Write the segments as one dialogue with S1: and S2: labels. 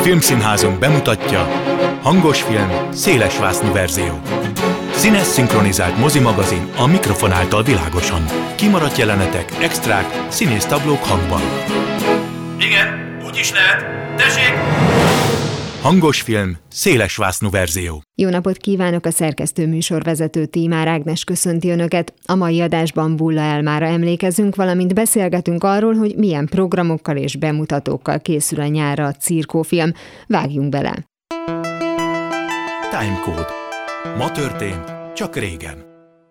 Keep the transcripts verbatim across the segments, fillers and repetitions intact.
S1: Filmszínházunk bemutatja hangos film, szélesvásznú verzió. Színes szinkronizált mozimagazin a mikrofon által világosan. Kimaradt jelenetek, extrák, színésztáblók hangban.
S2: Igen, úgy is lehet. Tessék!
S1: Hangos film, szélesvásznú verzió.
S3: Jó napot kívánok, a szerkesztő műsorvezető Tímár Ágnes köszönti Önöket. A mai adásban Bulla Elmára emlékezünk, valamint beszélgetünk arról, hogy milyen programokkal és bemutatókkal készül a nyárra a cirkófilm. Vágjunk bele!
S1: Timecode. Ma történt, csak régen.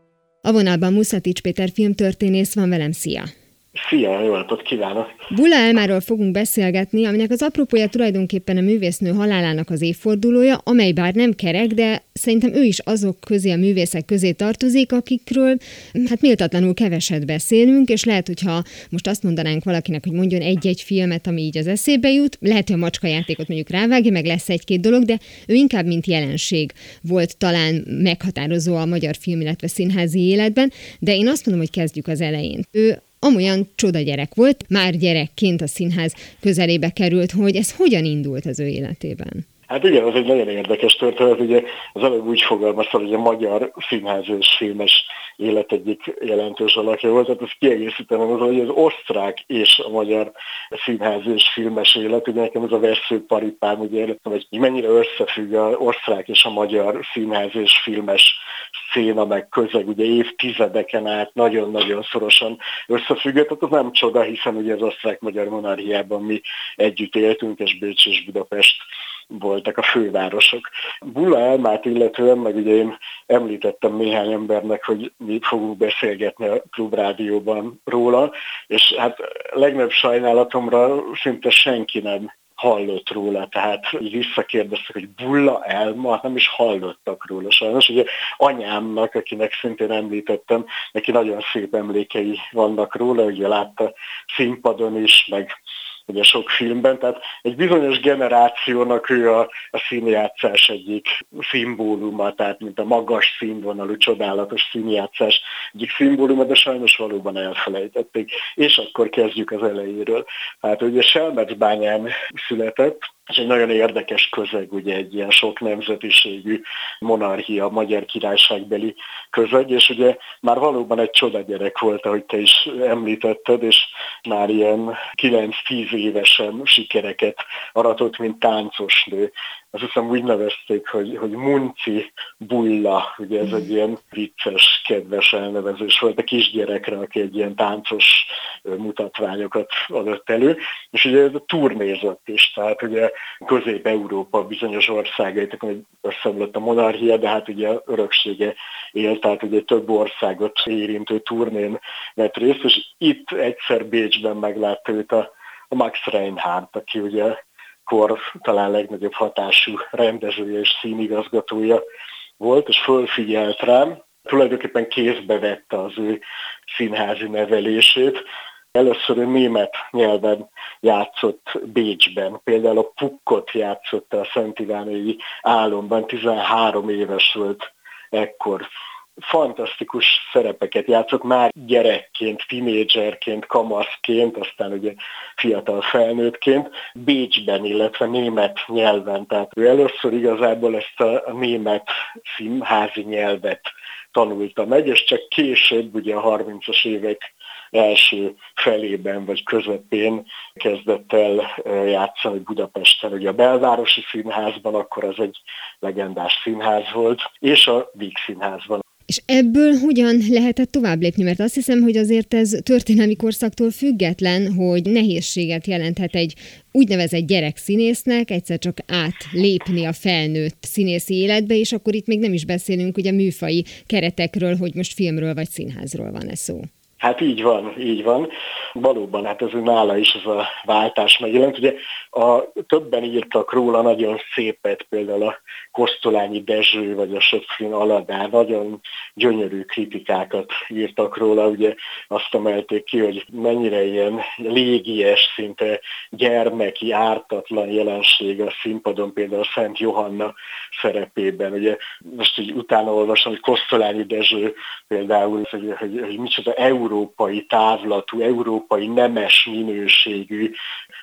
S3: A vonalban Muszatics Péter filmtörténész van velem, szia!
S4: Szia, jó napot kívánok!
S3: Bulla Elmáról fogunk beszélgetni, aminek az apropója tulajdonképpen a művésznő halálának az évfordulója, amely bár nem kerek, de szerintem ő is azok közé, a művészek közé tartozik, akikről hát méltatlanul keveset beszélünk, és lehet, hogyha most azt mondanánk valakinek, hogy mondjon egy-egy filmet, ami így az eszébe jut, lehet, hogy a macskajátékot mondjuk rávágja, meg lesz egy-két dolog, de ő inkább mint jelenség volt talán meghatározó a magyar film, illetve színházi életben, de én azt mondom, hogy kezdjük az elején. Ő amolyan csodagyerek volt, már gyerekként a színház közelébe került, hogy ez hogyan indult az ő életében?
S4: Hát igen, az egy nagyon érdekes történet, ugye az előbb úgy fogalmaztam, hogy a magyar színház és filmes élet egyik jelentős alakja volt, tehát ezt kiegészítenem az, hogy az osztrák és a magyar színház és filmes élet, ugye nekem ez a veszőparipám, ugye értem, hogy mennyire összefügg az osztrák és a magyar színház és filmes széna, meg közeg, ugye évtizedeken át nagyon-nagyon szorosan összefüggött, tehát az nem csoda, hiszen ugye az osztrák-magyar monarchiában mi együtt éltünk, és Bécs és Budapest voltak a fővárosok. Bulla Elmát illetően, meg ugye én említettem néhány embernek, hogy mi fogunk beszélgetni a Klubrádióban róla, és hát legnagyobb sajnálatomra szinte senki nem hallott róla, tehát így visszakérdeztek, hogy Bulla Elma, nem is hallottak róla sajnos. Ugye anyámnak, akinek szintén említettem, neki nagyon szép emlékei vannak róla, ugye látta színpadon is, meg ugye sok filmben, tehát egy bizonyos generációnak ő a, a színjátszás egyik szimbóluma, tehát mint a magas színvonalú, csodálatos színjátszás egyik szimbóluma, de sajnos valóban elfelejtették. És akkor kezdjük az elejéről. Hát ugye Selmecbányán született, és egy nagyon érdekes közeg, ugye egy ilyen sok nemzetiségű monarchia, magyar királyságbeli közeg, és ugye már valóban egy csodagyerek volt, ahogy te is említetted, és már ilyen kilenc-tíz évesen sikereket aratott, mint táncos nő. Azt hiszem úgy nevezték, hogy, hogy Munci Bulla, ugye ez egy ilyen vicces, kedves elnevezés volt a kisgyerekre, aki egy ilyen táncos mutatványokat adott elő, és ugye ez a turnézott is, tehát ugye Közép-Európa bizonyos országait, hogy összeomlott a monarchia, de hát ugye öröksége élt, tehát ugye több országot érintő turnén vett részt, és itt egyszer Bécsben meglátta őt a, a Max Reinhardt, aki ugye kor talán legnagyobb hatású rendezője és színigazgatója volt, és fölfigyelt rám, tulajdonképpen kézbe vette az ő színházi nevelését. Először ő német nyelven játszott Bécsben, például a Pukkot játszotta a Szent Iványi Álomban, tizenhárom éves volt ekkor. Fantasztikus szerepeket játszott már gyerekként, tinédzserként, kamaszként, aztán ugye fiatal felnőttként, Bécsben, illetve német nyelven. Tehát ő először igazából ezt a német színházi nyelvet tanulta meg, és csak később, ugye a harmincas évek első felében vagy közepén kezdett el játszani Budapesten. Ugye a Belvárosi Színházban, akkor az egy legendás színház volt, és a Víg Színházban.
S3: És ebből hogyan lehetett tovább lépni? Mert azt hiszem, hogy azért ez történelmi korszaktól független, hogy nehézséget jelenthet egy úgynevezett gyerekszínésznek egyszer csak átlépni a felnőtt színészi életbe, és akkor itt még nem is beszélünk ugye műfaji keretekről, hogy most filmről vagy színházról van-e szó.
S4: Hát így van, így van. Valóban, hát ez nála is ez a váltás megjelent. Ugye a, többen írtak róla nagyon szépet, például a Kosztolányi Dezső vagy a Söpflin Aladár, nagyon gyönyörű kritikákat írtak róla. Ugye azt emelték ki, hogy mennyire ilyen légies, szinte gyermeki, ártatlan jelenség a színpadon, például a Szent Johanna szerepében. Ugye most így utána olvasom, hogy Kosztolányi Dezső például, hogy, hogy, hogy micsoda európai távlatú, európai nemes minőségű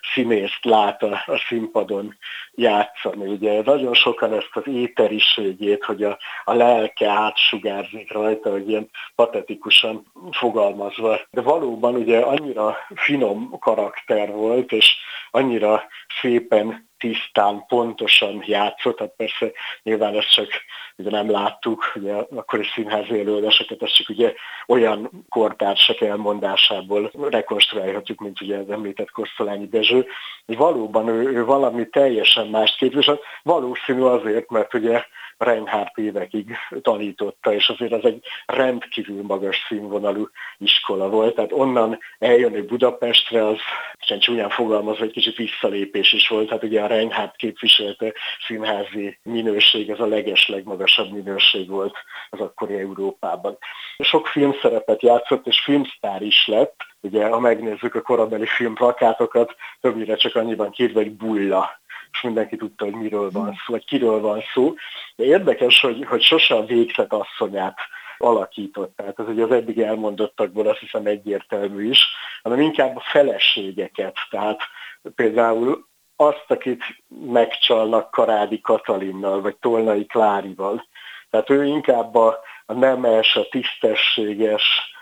S4: színészt lát a, a színpadon játszani. Ugye nagyon sokan ezt az éteriségét, hogy a, a lelke átsugárzik rajta, hogy ilyen patetikusan fogalmazva. De valóban ugye annyira finom karakter volt, és annyira szépen, tisztán, pontosan játszott, hát persze nyilván ezt csak ugye nem láttuk, ugye akkor is színházi előadásokat, ezt csak ugye olyan kortársak elmondásából rekonstruálhatjuk, mint ugye az említett Kosztolányi Dezső, hogy valóban ő, ő valami teljesen más képvisel, valószínű azért, mert ugye Reinhardt évekig tanította, és azért az egy rendkívül magas színvonalú iskola volt, tehát onnan eljönni Budapestre, az sem csúnyán fogalmazva egy kicsit visszalépés is volt, hát ugye a Reinhardt képviselte színházi minőség, ez a leges legmagasabb minőség volt az akkori Európában. Sok filmszerepet játszott, és filmsztár is lett, ugye ha megnézzük a korabeli filmplakátokat, többnyire csak annyiban kiírva, hogy Bulla, és mindenki tudta, hogy miről van szó, vagy kiről van szó. De érdekes, hogy, hogy sose a végzett asszonyát alakított, tehát ez ugye az eddig elmondottakból azt hiszem egyértelmű is, hanem inkább a feleségeket, tehát például azt, akit megcsalnak Karádi Katalinnal, vagy Tolnai Klárival. Tehát ő inkább a, a nemes, a tisztességes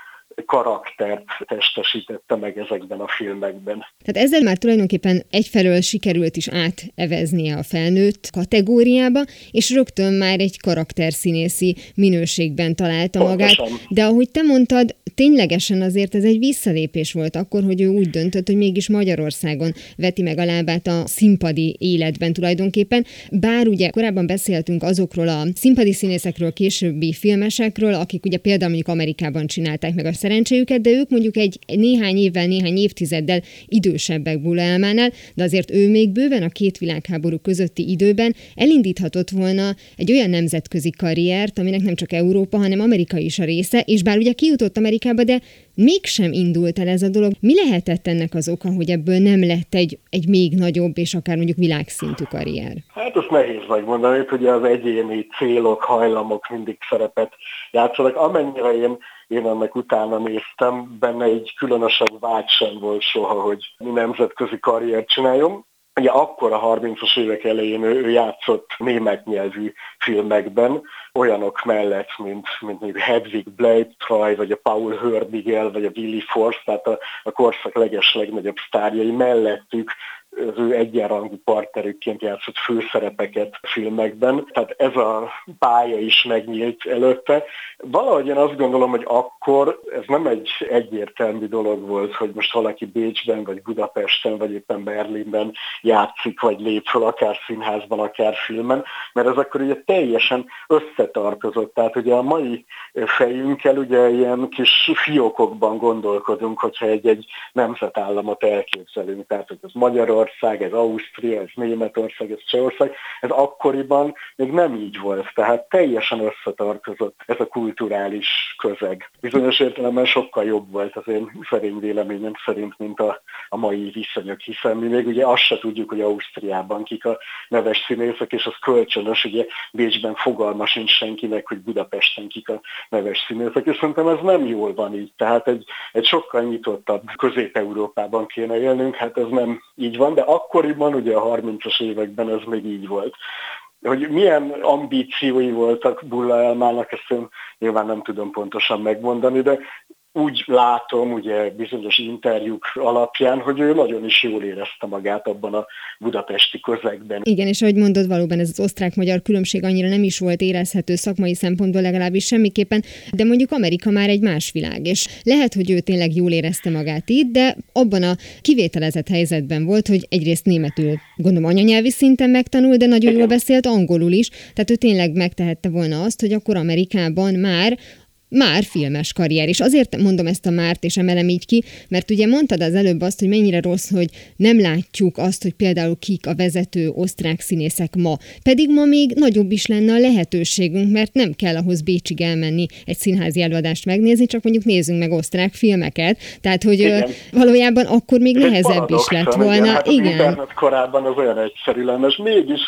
S4: karaktert testesítette meg ezekben a filmekben.
S3: Tehát ezzel már tulajdonképpen egyfelől sikerült is áteveznie a felnőtt kategóriába, és rögtön már egy karakterszínészi minőségben találta magát.
S4: Pontosan.
S3: De ahogy te mondtad, ténylegesen azért ez egy visszalépés volt akkor, hogy ő úgy döntött, hogy mégis Magyarországon veti meg a lábát a színpadi életben tulajdonképpen. Bár ugye korábban beszéltünk azokról a színpadi színészekről, későbbi filmesekről, akik ugye például mondjuk Amerikában csinálták meg a szerencséjüket, de ők mondjuk egy néhány évvel, néhány évtizeddel idősebbek Bulla Elmánál, de azért ő még bőven a két világháború közötti időben elindíthatott volna egy olyan nemzetközi karriert, aminek nem csak Európa, hanem Amerika is a része, és bár ugye kijutott Amerikába, de mégsem indult el ez a dolog. Mi lehetett ennek az oka, hogy ebből nem lett egy, egy még nagyobb és akár mondjuk világszintű karrier?
S4: Hát azt nehéz megmondani, hogy ugye az egyéni célok, hajlamok mindig szerepet játszanak. Amennyire én, én ennek utána néztem, benne egy különösebb vágy sem volt soha, hogy nemzetközi karriert csináljon. Ugye akkor a harmincas évek elején ő, ő játszott német nyelvű filmekben, olyanok mellett, mint, mint, mint Hedwig Bleibtreu, vagy a Paul Hörbiger, vagy a Willy Forst, tehát a, a korszak leges legnagyobb sztárjai mellettük az ő egyenrangú partnerükként játszott főszerepeket filmekben. Tehát ez a pálya is megnyílt előtte. Valahogy én azt gondolom, hogy akkor ez nem egy egyértelmű dolog volt, hogy most valaki Bécsben, vagy Budapesten, vagy éppen Berlinben játszik, vagy lép fel, akár színházban, akár filmen, mert ez akkor ugye teljesen összetartozott. Tehát ugye a mai fejünkkel ugye ilyen kis fiókokban gondolkodunk, hogyha egy-egy nemzetállamot elképzelünk. Tehát, hogy az Magyarország, ez Ausztria, ez Németország, ez Csehország, ez akkoriban még nem így volt, tehát teljesen összetartozott ez a kulturális közeg. Bizonyos értelemben sokkal jobb volt az én szerény véleményem szerint, mint a, a mai viszonyok, hiszen mi még ugye azt se tudjuk, hogy Ausztriában kik a neves színészek, és az kölcsönös, ugye Bécsben fogalma sincs senkinek, hogy Budapesten kik a neves színészek, és szerintem ez nem jól van így, tehát egy, egy sokkal nyitottabb Közép-Európában kéne élnünk, hát ez nem így van, de akkoriban, ugye a harmincas években ez még így volt. Hogy milyen ambíciói voltak Bulla Elmának, ezt én nyilván nem tudom pontosan megmondani, de úgy látom, ugye bizonyos interjúk alapján, hogy ő nagyon is jól érezte magát abban a budapesti közegben.
S3: Igen, és ahogy mondod, valóban ez az osztrák-magyar különbség annyira nem is volt érezhető szakmai szempontból legalábbis semmiképpen, de mondjuk Amerika már egy más világ, és lehet, hogy ő tényleg jól érezte magát itt, de abban a kivételezett helyzetben volt, hogy egyrészt németül, gondolom anyanyelvi szinten megtanul, de nagyon jól beszélt angolul is, tehát ő tényleg megtehette volna azt, hogy akkor Amerikában már Már filmes karrier, és azért mondom ezt a márt, és emelem így ki, mert ugye mondtad az előbb azt, hogy mennyire rossz, hogy nem látjuk azt, hogy például kik a vezető osztrák színészek ma. Pedig ma még nagyobb is lenne a lehetőségünk, mert nem kell ahhoz Bécsig elmenni egy színházi előadást megnézni, csak mondjuk nézzünk meg osztrák filmeket. Tehát, hogy igen. Valójában akkor még
S4: ez
S3: nehezebb is lett volna.
S4: Igen, hát az
S3: igen.
S4: internet korában az olyan egyszerű lenne, és mégis a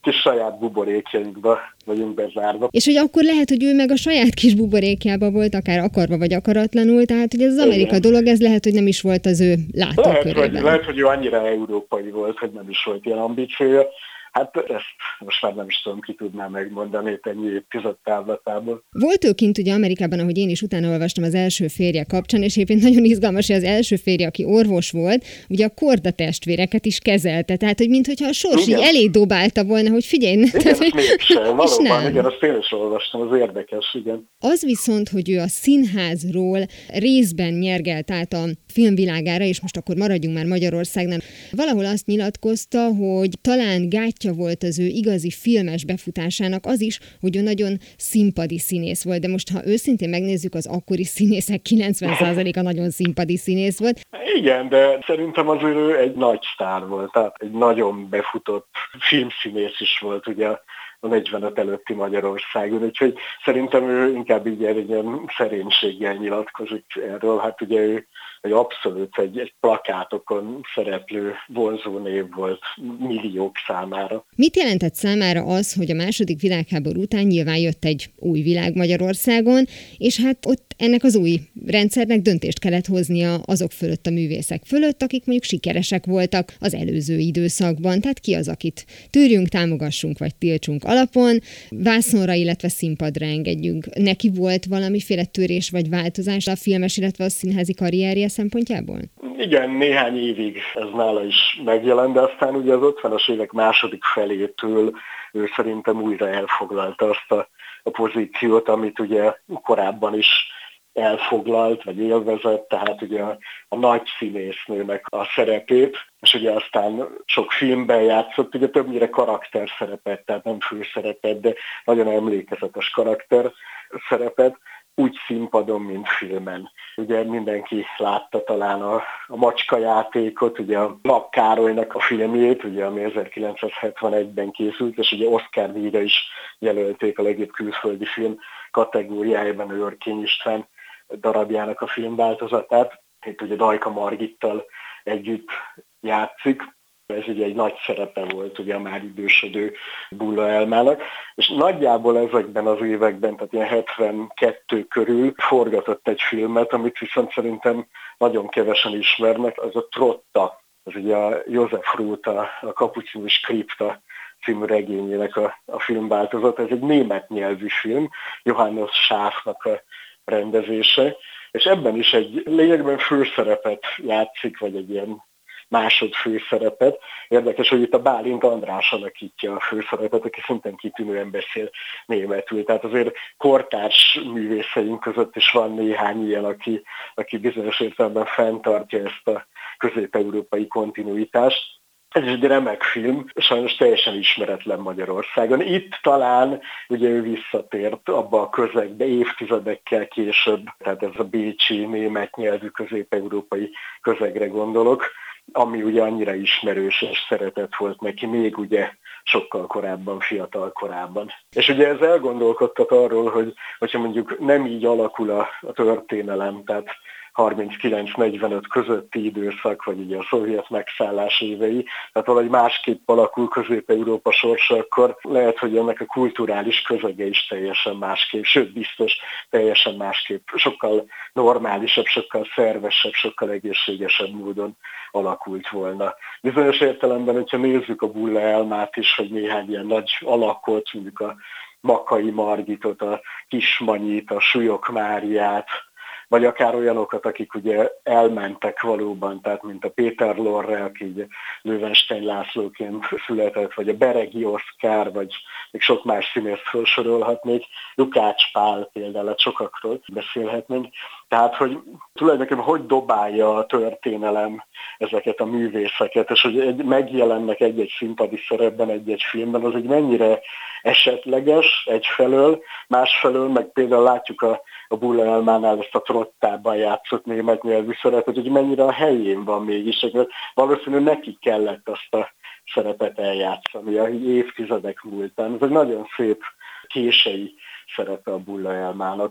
S4: kis saját buborékjainkba vagyunk bezárva.
S3: És hogy akkor lehet, hogy ő meg a saját kis buborékjába volt, akár akarva vagy akaratlanul, tehát hogy ez az Amerika Igen. dolog, ez lehet, hogy nem is volt az ő látókörében.
S4: Lehet, hogy, lehet, hogy ő annyira európai volt, hogy nem is volt ilyen ambíciója. Hát ezt most már nem is tudom, ki tudná megmondani ennyi évtized távlatából.
S3: Volt ő kint ugye Amerikában, ahogy én is utána olvastam az első férje kapcsán, és éppen nagyon izgalmas, hogy az első férje, aki orvos volt, ugye a Korda testvéreket is kezelte. Tehát, hogy mintha a sors igen. így elé dobálta volna, hogy figyelj.
S4: Igen, tehát, hogy mégsem. Valóban, igen, azt én is olvastam, az érdekes, igen.
S3: Az viszont, hogy ő a színházról részben nyergelt át a filmvilágára, és most akkor maradjunk már Magyarországnál. Valahol azt nyilatkozta, hogy talán gátja volt az ő igazi filmes befutásának az is, hogy ő nagyon színpadi színész volt, de most ha őszintén megnézzük, az akkori színészek kilencven százaléka nagyon színpadi színész volt.
S4: Igen, de szerintem azért ő egy nagy sztár volt, tehát egy nagyon befutott filmszínész is volt ugye a negyvenöt előtti Magyarországon, úgyhogy szerintem ő inkább így egy ilyen szerénységgel nyilatkozik erről, hát ugye ő egy abszolút egy, egy plakátokon szereplő vonzó név volt milliók számára.
S3: Mit jelentett számára az, hogy a második világháború után nyilván jött egy új világ Magyarországon, és hát ott ennek az új rendszernek döntést kellett hoznia azok fölött, a művészek fölött, akik mondjuk sikeresek voltak az előző időszakban. Tehát ki az, akit tűrjünk, támogassunk vagy tiltsunk alapon, vászonra, illetve színpadra engedjünk. Neki volt valamiféle törés vagy változás a filmes, illetve a színházi karrierje szempontjából?
S4: Igen, néhány évig ez nála is megjelent, de aztán ugye az ötvenes évek második felétől ő szerintem újra elfoglalta azt a, a pozíciót, amit ugye korábban is elfoglalt, vagy élvezett, tehát ugye a, a nagy színésznőnek a szerepét, és ugye aztán sok filmben játszott, ugye többnyire karakterszerepet, tehát nem főszerepet, de nagyon emlékezetes karakter szerepet, úgy színpadon, mint filmen. Ugye mindenki látta talán a, a Macska játékot, ugye a Lapp Károlynak a filmjét, ugye, ami ezerkilencszázhetvenegyben készült, és ugye Oscar-díjra is jelölték a legjobb külföldi film kategóriájában Őrkény István darabjának a filmváltozatát. Itt ugye Dajka Margittal együtt játszik. Ez ugye egy nagy szerepe volt ugye a már idősödő Bulla Elmának, és nagyjából ezekben az években, tehát ilyen hetvenkettő körül forgatott egy filmet, amit viszont szerintem nagyon kevesen ismernek, az a Trotta, az ugye a József Róta, a Kapucinus Kripta című regényének a, a filmváltozat. Ez egy német nyelvű film, Johannes Schaafnak a rendezése, és ebben is egy lényegben főszerepet játszik, vagy egy ilyen másodfőszerepet. Érdekes, hogy itt a Bálint András alakítja a főszerepet, aki szintén kitűnően beszél németül. Tehát azért kortárs művészeink között is van néhány ilyen, aki, aki bizonyos értelemben fenntartja ezt a közép-európai kontinuitást. Ez is egy remek film, sajnos teljesen ismeretlen Magyarországon. Itt talán ugye ő visszatért abba a közegbe évtizedekkel később, tehát ez a bécsi, német nyelvű közép-európai közegre gondolok, ami ugye annyira ismerős és szeretett volt neki, még ugye sokkal korábban, fiatal korában. És ugye ez elgondolkodtat arról, hogy hogyha mondjuk nem így alakul a, a történelem, tehát harminckilenc negyvenöt közötti időszak, vagy ugye a szovjet megszállás évei, tehát valahogy másképp alakul Közép-Európa sorsa, akkor lehet, hogy ennek a kulturális közege is teljesen másképp, sőt biztos teljesen másképp, sokkal normálisabb, sokkal szervesebb, sokkal egészségesebb módon alakult volna. Bizonyos értelemben, hogyha nézzük a Bulla Elmát is, vagy néhány ilyen nagy alakot, mondjuk a Makai Margitot, a Kismanyit, a Súlyok Máriát, vagy akár olyanokat, akik ugye elmentek valóban, tehát mint a Péter Lorre, aki ugye Löwenstein Lászlóként született, vagy a Beregi Oszkár, vagy még sok más színészt felsorolhatnék, Lukács Pál például, sokakról beszélhetnénk. Tehát, hogy tulajdonképpen hogy dobálja a történelem ezeket a művészeket, és hogy egy, megjelennek egy-egy színpadi szerepben, egy-egy filmben, az egy mennyire esetleges egyfelől, másfelől, meg például látjuk a, a Bulla Elmánál ezt a Trottában játszott német nyelvű szerepet, hogy mennyire a helyén van mégis, mert valószínűleg neki kellett azt a szerepet eljátszani, a évtizedek múltán. Ez egy nagyon szép kései szerepe a Bulla Elmának.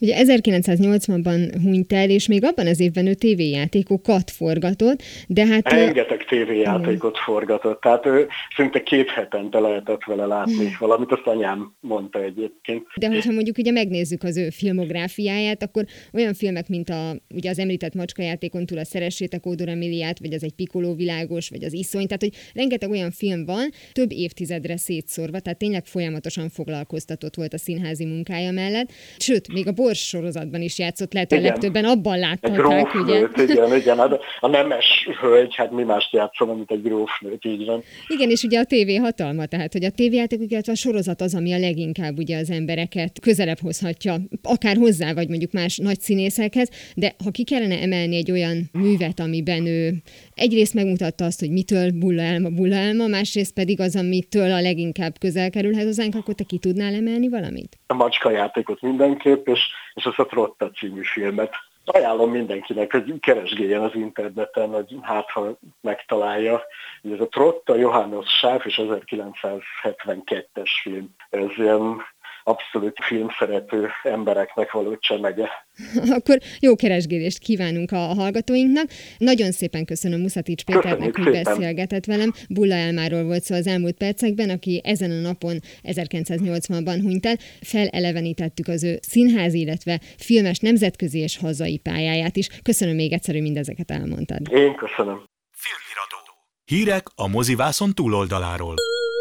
S3: Ugye ezerkilencszáznyolcvanban hunyt el, és még abban az évben ő tévéjátékokat forgatott, de hát...
S4: Rengeteg tévéjátékot mm. forgatott, tehát ő szinte két hetente lehetett vele látni mm. valamit, azt anyám mondta egyébként.
S3: De hogyha mondjuk ugye megnézzük az ő filmográfiáját, akkor olyan filmek, mint a, ugye az említett Macskajátékon túl a Szeressétek Ódor Emiliát, vagy az Egy Pikoló világos, vagy az Iszony, tehát hogy rengeteg olyan film van, több évtizedre szétszórva, tehát tényleg folyamatosan foglalkoztatott volt a színházi munkája mellett. Sőt, még a Bors sorozatban is játszott, lehet, hogy legtöbben abban láthatták, ugye?
S4: Nőt, igen, igen, a, a nemes hölgy, hát mi mást játszom, mint egy grófnőt, így van.
S3: Igen, és ugye a tévé hatalma, tehát hogy a tévéjátékok, illetve a sorozat az, ami a leginkább ugye az embereket közelebb hozhatja, akár hozzá, vagy mondjuk más nagy színészekhez, de ha ki kellene emelni egy olyan művet, amiben ő egyrészt megmutatta azt, hogy mitől Bulla Elma, Bulla Elma, másrészt pedig az, amitől a leginkább közel kerülhet hozzánk, akkor te ki tudnál emelni valamit?
S4: A Macskajátékot mindenképp, és, és az a Trotta című filmet. Ajánlom mindenkinek, hogy keresgéljen az interneten, hogy hát ha megtalálja. Ez a Trotta, Johannes Sáv és ezerkilencszázhetvenkettes film. Ez ilyen abszolút filmszerető embereknek való csemege.
S3: Akkor jó keresgélést kívánunk a hallgatóinknak. Nagyon szépen köszönöm Muszatics Péternek, hogy beszélgetett velem. Bulla Elmáról volt szó az elmúlt percekben, aki ezen a napon ezerkilencszáznyolcvanban hunyt el. Felelevenítettük az ő színházi, illetve filmes nemzetközi és hazai pályáját is. Köszönöm még egyszer, hogy mindezeket elmondtad.
S4: Én köszönöm.
S1: Filmiradó. Hírek a mozivászon túloldaláról.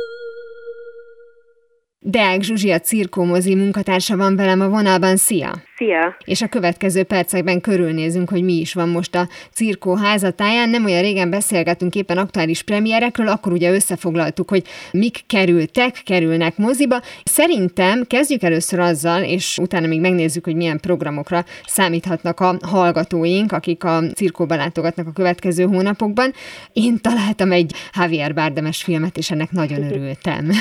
S3: Deák Zsuzsi, a Cirkó mozi munkatársa van velem a vonalban. Szia!
S5: Szia!
S3: És a következő percekben körülnézünk, hogy mi is van most a Cirkó házatáján. Nem olyan régen beszélgettünk éppen aktuális premierekről, akkor ugye összefoglaltuk, hogy mik kerültek, kerülnek moziba. Szerintem kezdjük először azzal, és utána még megnézzük, hogy milyen programokra számíthatnak a hallgatóink, akik a Cirkóba látogatnak a következő hónapokban. Én találtam egy Javier Bardemes filmet, és ennek nagyon örültem.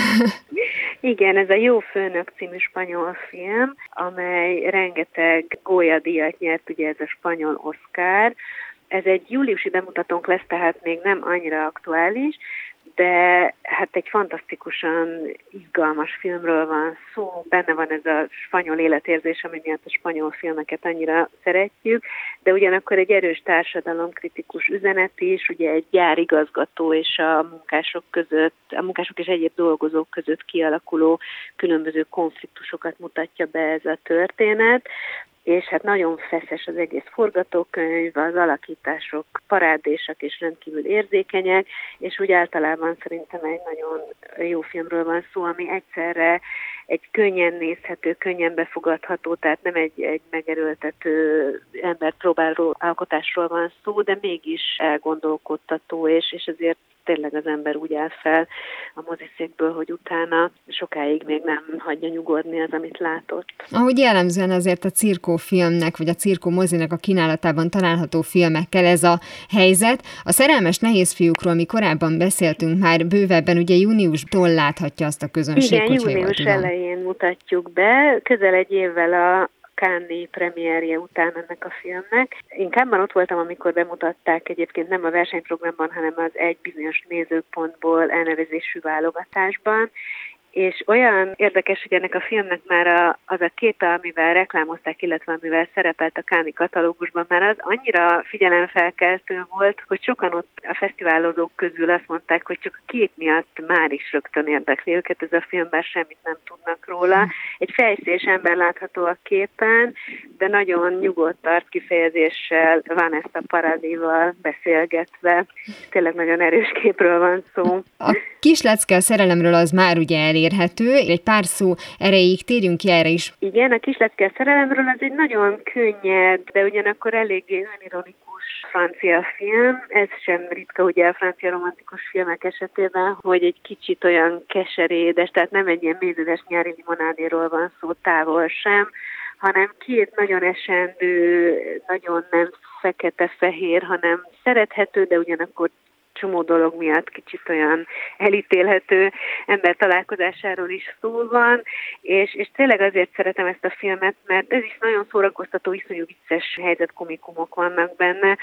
S5: Igen, ez a Jó főnök című spanyol film, amely rengeteg gólyadíjat nyert, ugye ez a spanyol Oscar. Ez egy júliusi bemutatónk lesz, tehát még nem annyira aktuális, de hát egy fantasztikusan izgalmas filmről van szó, benne van ez a spanyol életérzés, ami miatt a spanyol filmeket annyira szeretjük, de ugyanakkor egy erős társadalomkritikus üzenet is, ugye egy gyárigazgató és a munkások között, a munkások és egyéb dolgozók között kialakuló különböző konfliktusokat mutatja be ez a történet, és hát nagyon feszes az egész forgatókönyv, az alakítások parádésak és rendkívül érzékenyek, és úgy általában szerintem egy nagyon jó filmről van szó, ami egyszerre egy könnyen nézhető, könnyen befogadható, tehát nem egy, egy megerőltető embert próbáló alkotásról van szó, de mégis elgondolkodtató, és, és azért tényleg az ember úgy áll fel a moziszékből, hogy utána sokáig még nem hagyja nyugodni az, amit látott.
S3: Ahogy jellemzően azért a Cirkó filmnek, vagy a Cirkó mozinak a kínálatában található filmekkel ez a helyzet. A Szerelmes nehézfiúkról mi korábban beszéltünk már bővebben, ugye júniustól láthatja azt a közönség,
S5: igen, június elején mutatjuk be, közel egy évvel a Cannes-i premierje után ennek a filmnek. Én Cannes-ban ott voltam, amikor bemutatták, egyébként nem a versenyprogramban, hanem az egy bizonyos nézőpontból elnevezésű válogatásban, és olyan érdekes, hogy ennek a filmnek már a, az a képe, amivel reklámozták, illetve amivel szerepelt a Cannes-i katalógusban, már az annyira figyelemfelkeltő volt, hogy sokan ott a fesztiválozók közül azt mondták, hogy csak a kép miatt már is rögtön érdekli őket ez a film, bár semmit nem tudnak róla. Egy fejszés ember látható a képen, de nagyon nyugodt arckifejezéssel Vanessa Paradis-val beszélgetve. Tényleg nagyon erős képről van szó.
S3: A Kislecke a szerelemről az már ugye elérhető. Egy pár szó erejéig térjünk ki erre is.
S5: Igen, a Kislecke a szerelemről az egy nagyon könnyed, de ugyanakkor eléggé önironikus francia film. Ez sem ritka ugye a francia romantikus filmek esetében, hogy egy kicsit olyan keserédes, tehát nem egy ilyen méződes nyári limonádéról van szó, távol sem, hanem két nagyon esendő, nagyon nem fekete-fehér, hanem szerethető, de ugyanakkor csomó dolog miatt kicsit olyan elítélhető ember találkozásáról is szó van, és, és tényleg azért szeretem ezt a filmet, mert ez is nagyon szórakoztató, iszonyú vicces helyzetkomikumok vannak benne,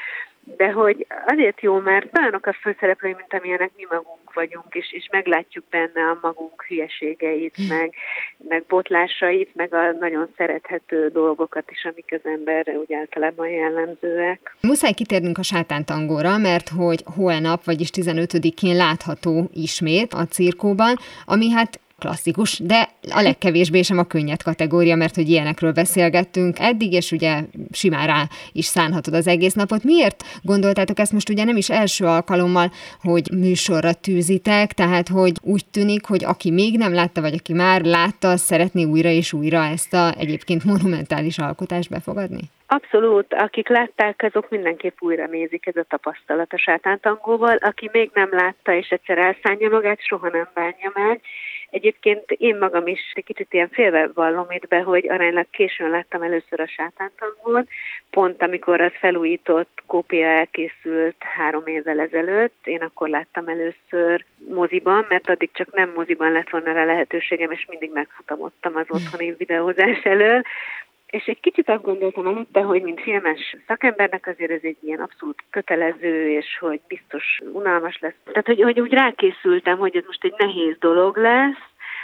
S5: de hogy azért jó, mert olyanok a főszereplői, mint amilyenek mi magunk vagyunk, és, és meglátjuk benne a magunk hülyeségeit, meg, meg botlásait, meg a nagyon szerethető dolgokat is, amik az emberre úgy általában jellemzőek.
S3: Muszáj kitérnünk a sátántangóra, mert hogy holnap, vagyis tizenötödikén látható ismét a cirkóban, ami hát klasszikus, de a legkevésbé sem a könnyed kategória, mert hogy ilyenekről beszélgettünk eddig, és ugye simán rá is szánhatod az egész napot. Miért gondoltátok ezt most ugye nem is első alkalommal, hogy műsorra tűzitek, tehát hogy úgy tűnik, hogy aki még nem látta, vagy aki már látta, szeretné újra és újra ezt a egyébként monumentális alkotást befogadni?
S5: Abszolút, akik látták, azok mindenképp újra nézik, ez a tapasztalat a sátántangóval. Aki még nem látta, és egyszer elszánja magát, soha nem bánja meg. Egyébként én magam is egy kicsit ilyen félve vallom itt be, hogy aránylag későn láttam először a sátántangót, pont amikor az felújított kópia elkészült három évvel ezelőtt. Én akkor láttam először moziban, mert addig csak nem moziban lett volna rá lehetőségem, és mindig megfutamodtam az otthoni videózás elől. És egy kicsit azt gondoltam előtte, hogy mint filmes szakembernek azért ez egy ilyen abszolút kötelező, és hogy biztos unalmas lesz. Tehát, hogy, hogy úgy rákészültem, hogy ez most egy nehéz dolog lesz,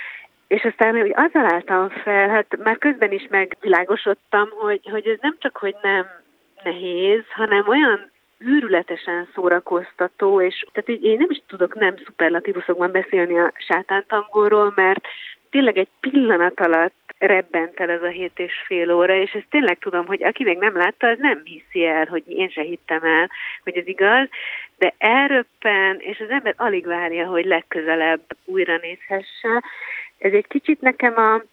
S5: és aztán hogy azzal álltam fel, hát már közben is megvilágosodtam, hogy, hogy ez nem csak, hogy nem nehéz, hanem olyan őrületesen szórakoztató, és tehát én nem is tudok nem szuperlatívuszokban beszélni a sátántangóról, mert tényleg egy pillanat alatt rebbent el ez a hét és fél óra, és ezt tényleg tudom, hogy aki még nem látta, az nem hiszi el, hogy én se hittem el, hogy ez igaz, de elröppen, és az ember alig várja, hogy legközelebb újra nézhesse. Ez egy kicsit nekem a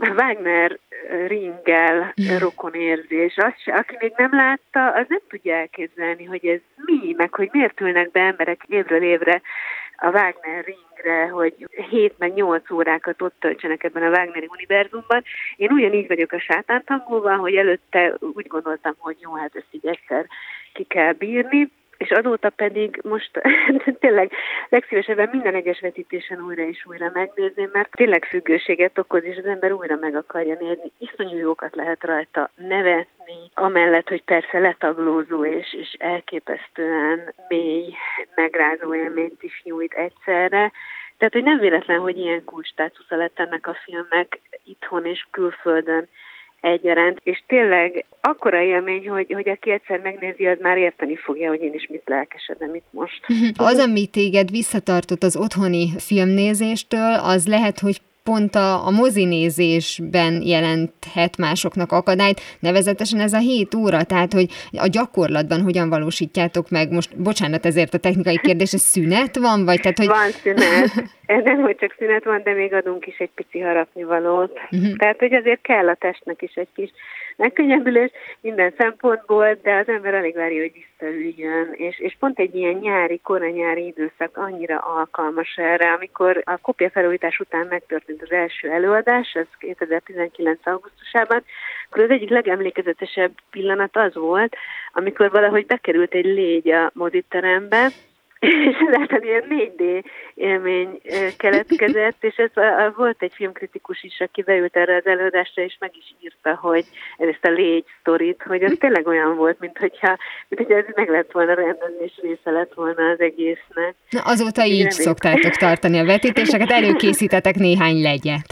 S5: Wagner ringgel rokonérzés. Azt se, aki még nem látta, az nem tudja elképzelni, hogy ez mi, meg hogy miért ülnek be emberek évről évre a Wagner ringre, hogy hét meg nyolc órákat ott töltsenek ebben a Wagneri univerzumban. Én ugyanígy vagyok a sátántangóval, hogy előtte úgy gondoltam, hogy jó, hát ezt így egyszer ki kell bírni, és azóta pedig most tényleg legszívesebben minden egyes vetítésen újra és újra megnézni, mert tényleg függőséget okoz, és az ember újra meg akarja nézni. Iszonyú jókat lehet rajta nevetni, amellett, hogy persze letaglózó és, és elképesztően mély, megrázó élményt is nyújt egyszerre. Tehát, hogy nem véletlen, hogy ilyen kulcsstátusza lett ennek a filmnek itthon és külföldön egyaránt, és tényleg akkora élmény, hogy, hogy aki egyszer megnézi, az már érteni fogja, hogy én is mit lelkesedem itt most.
S3: Az, ami téged visszatartott az otthoni filmnézéstől, az lehet, hogy pont a, a mozinézésben jelenthet másoknak akadályt, nevezetesen ez a hét óra, tehát hogy a gyakorlatban hogyan valósítjátok meg, most bocsánat ezért a technikai kérdés, ez szünet van? Vagy, tehát, hogy...
S5: Van szünet. Ez nem, hogy csak szünet van, de még adunk is egy pici harapnivalót. Uh-huh. Tehát, hogy azért kell a testnek is egy kis megkönnyebbülés minden szempontból, de az ember alig várja, hogy visszaüljön. És, és pont egy ilyen nyári, koranyári időszak annyira alkalmas erre, amikor a kopjafelújítás után megtörtént az első előadás, ez kétezer-tizenkilenc augusztusában, akkor az egyik legemlékezetesebb pillanat az volt, amikor valahogy bekerült egy légy a moziterembe, és ezáltal ilyen négy dé élmény keletkezett, és ez a, a, volt egy filmkritikus is, aki beült erre az előadásra, és meg is írta, hogy ezt a légy sztorit, hogy az tényleg olyan volt, mint hogyha, mint hogyha ez meg lett volna rendezni, és része lett volna az egésznek.
S3: Na, azóta így remény... szoktátok tartani a vetítéseket, előkészítetek néhány legyet.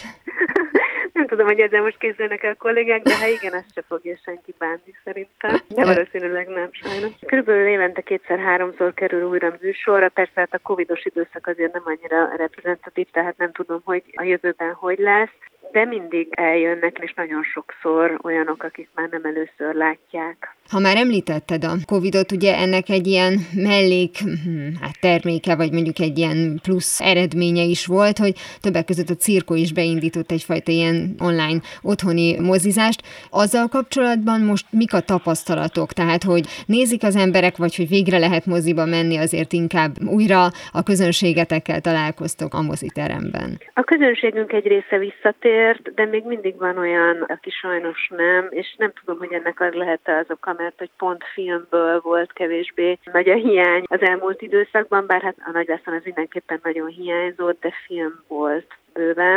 S5: Nem tudom, hogy ezzel most készülnek el a kollégák, de ha igen, azt se fogja senki bánni szerintem. De valószínűleg nem, sajnos. Körülbelül évente kétszer-háromszor kerül újra műsorra. Persze hát a covidos időszak azért nem annyira reprezentatív, tehát nem tudom, hogy a jövőben hogy lesz. De mindig eljönnek, és nagyon sokszor olyanok, akik már nem először látják.
S3: Ha már említetted a Covidot, ugye ennek egy ilyen mellék hát terméke, vagy mondjuk egy ilyen plusz eredménye is volt, hogy többek között a Cirkó is beindított egyfajta ilyen online otthoni mozizást. Azzal kapcsolatban most mik a tapasztalatok? Tehát, hogy nézik az emberek, vagy hogy végre lehet moziba menni, azért inkább újra a közönségetekkel találkoztok a moziteremben?
S5: A közönségünk egy része visszatért, de még mindig van olyan, aki sajnos nem, és nem tudom, hogy ennek az lehet-e az oka, mert hogy pont filmből volt kevésbé nagy a hiány az elmúlt időszakban, bár hát a nagyvászon az mindenképpen nagyon hiányzott, de film volt bőven.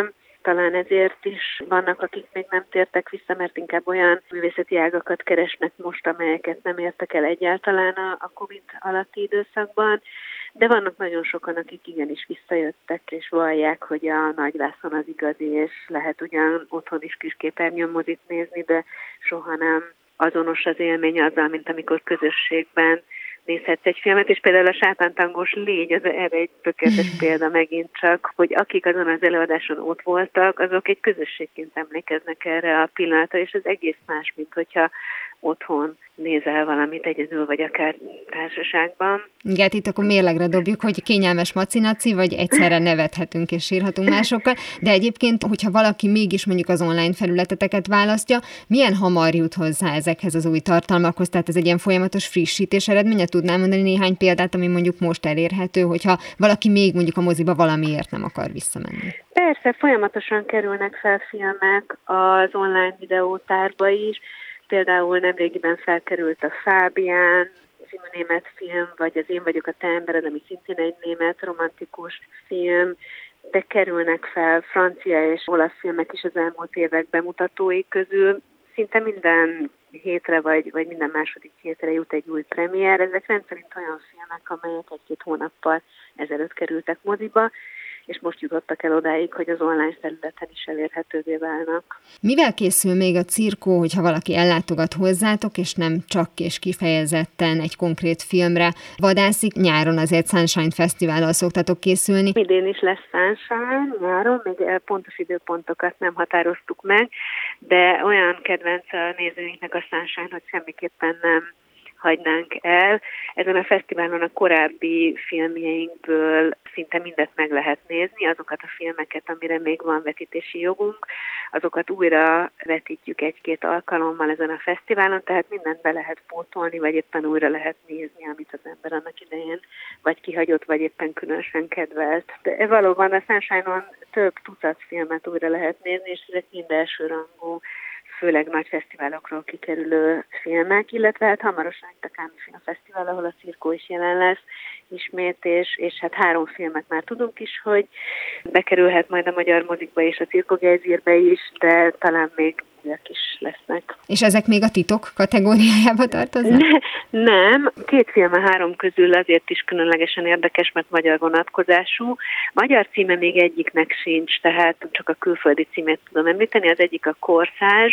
S5: talán ezért is vannak, akik még nem tértek vissza, mert inkább olyan művészeti ágakat keresnek most, amelyeket nem értek el egyáltalán a Covid alatti időszakban. De vannak nagyon sokan, akik igenis visszajöttek, és vallják, hogy a nagyvászon az igazi, és lehet ugyan otthon is kisképernyőn mozit nézni, de soha nem azonos az élmény azzal, mint amikor közösségben nézhetsz egy filmet, és például a sátántangos légy, az erre egy tökéletes példa megint csak, hogy akik azon az előadáson ott voltak, azok egy közösségként emlékeznek erre a pillanatra, és ez egész más, mint hogyha otthon nézel valamit egyedül, vagy akár társaságban.
S3: Igen, itt akkor mérlegre dobjuk, hogy kényelmes macinaci, vagy egyszerre nevethetünk és sírhatunk másokkal, de egyébként, hogyha valaki mégis mondjuk az online felületeteket választja, milyen hamar jut hozzá ezekhez az új tartalmakhoz? Tehát ez egy ilyen folyamatos frissítés eredménye? Tudnál mondani néhány példát, ami mondjuk most elérhető, hogyha valaki még mondjuk a moziba valamiért nem akar visszamenni?
S5: Persze, folyamatosan kerülnek fel filmek az online videótárba is. Például nemrégiben felkerült a Fábián című német film, vagy az Én vagyok a te embered, ami szintén egy német romantikus film, de kerülnek fel francia és olasz filmek is az elmúlt évek bemutatói közül. Szinte minden hétre, vagy, vagy minden második hétre jut egy új premiér. Ezek rendszerint olyan filmek, amelyek egy-két hónappal ezelőtt kerültek moziba, és most jutottak el odáig, hogy az online felületen is elérhetővé válnak.
S3: Mivel készül még a cirkó, hogyha valaki ellátogat hozzátok, és nem csak és kifejezetten egy konkrét filmre vadászik? Nyáron azért Sunshine Fesztivállal szoktatok készülni.
S5: Idén is lesz Sunshine, nyáron, még pontos időpontokat nem határoztuk meg, de olyan kedvenc a nézőinknek a Sunshine, hogy semmiképpen nem hagynánk el. Ezen a fesztiválon a korábbi filmjeinkből szinte mindet meg lehet nézni, azokat a filmeket, amire még van vetítési jogunk, azokat újra vetítjük egy-két alkalommal ezen a fesztiválon, tehát mindent be lehet pótolni, vagy éppen újra lehet nézni, amit az ember annak idején vagy kihagyott, vagy éppen különösen kedvelt. De valóban a Sunshine-on több tucat filmet újra lehet nézni, és ezek mind elsőrangú, főleg nagy fesztiválokról kikerülő filmek, illetve hát hamarosan itt a Cannes Film Fesztivál, ahol a cirkó is jelen lesz ismét, és, és hát három filmet már tudunk is, hogy bekerülhet majd a magyar mozikba és a Circo Gejzírbe is, de talán még újak is lesznek.
S3: És ezek még a titok kategóriájába tartoznak?
S5: Ne, nem. Két film a három közül azért is különlegesen érdekes, mert magyar vonatkozású. Magyar címe még egyiknek sincs, tehát csak a külföldi címét tudom említeni. Az egyik a Korszázs,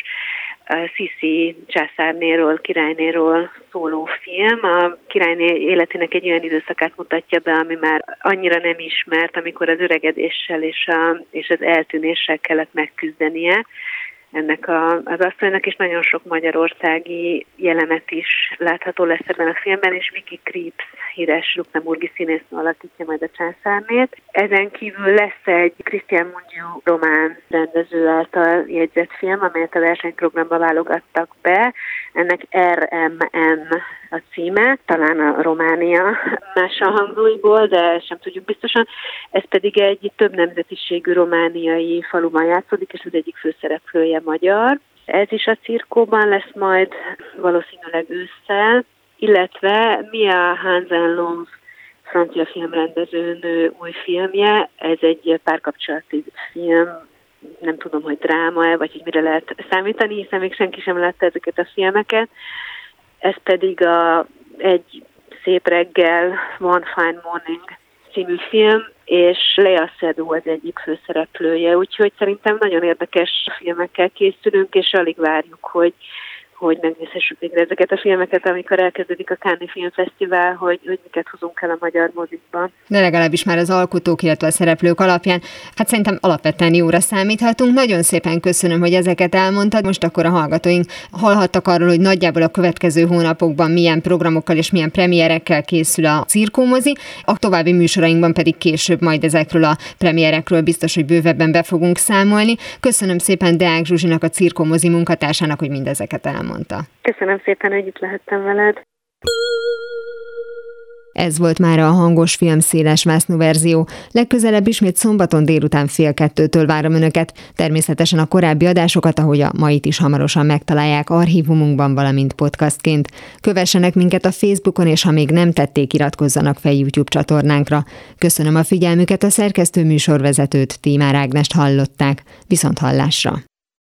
S5: Sisi császárnéról, királynéról szóló film. A királyné életének egy olyan időszakát mutatja be, ami már annyira nem ismert, amikor az öregedéssel és, a, és az eltűnéssel kellett megküzdenie ennek a, az asszonynak, és nagyon sok magyarországi jelenet is látható lesz ebben a filmben, és Vicky Krieps, híres luxemburgi színésznő alakítja majd a császárnét. Ezen kívül lesz egy Christian Mungiu román rendező által jegyzett film, amelyet a versenyprogramba válogattak be. Ennek er em en a címe, talán a Románia más a hangzóiból, de sem tudjuk biztosan. Ez pedig egy több nemzetiségű romániai faluban játszódik, és az egyik főszereplője magyar. Ez is a cirkóban lesz majd valószínűleg ősszel, illetve Mia Hansen-Lons francia filmrendezőnő új filmje, ez egy párkapcsolati film, nem tudom, hogy dráma-e, vagy hogy mire lehet számítani, hiszen még senki sem látta ezeket a filmeket. Ez pedig a Egy szép reggel, One Fine Morning című film, és Lea Seydoux az egyik főszereplője, úgyhogy szerintem nagyon érdekes filmekkel készülünk, és alig várjuk, hogy hogy megnézhessük végre ezeket a filmeket, amikor elkezdődik a Cannes Film Fesztivál, hogy, hogy miket hozunk el a magyar mozikban.
S3: De legalábbis már az alkotók, illetve a szereplők alapján, hát szerintem alapvetően jóra számíthatunk. Nagyon szépen köszönöm, hogy ezeket elmondtad. Most akkor a hallgatóink hallhattak arról, hogy nagyjából a következő hónapokban milyen programokkal és milyen premierekkel készül a cirkómozi. A további műsorainkban pedig később majd ezekről a premierekről biztos, hogy bővebben be fogunk számolni. Köszönöm szépen Deák Zsuzsinak, a cirkómozi munkatársának, hogy mindezeket elmondta.
S5: Köszönöm szépen, hogy itt lehettem veled.
S3: Ez volt már a Hangos Film szélesvásznú verzió. Legközelebb ismét szombaton délután fél kettőtől várom Önöket. Természetesen a korábbi adásokat, ahogy a mait is hamarosan megtalálják archívumunkban, valamint podcastként. Kövessenek minket a Facebookon, és ha még nem tették, iratkozzanak fel YouTube csatornánkra. Köszönöm a figyelmüket, a szerkesztő műsorvezetőt, Tímár Ágnest hallották. Viszont hallásra!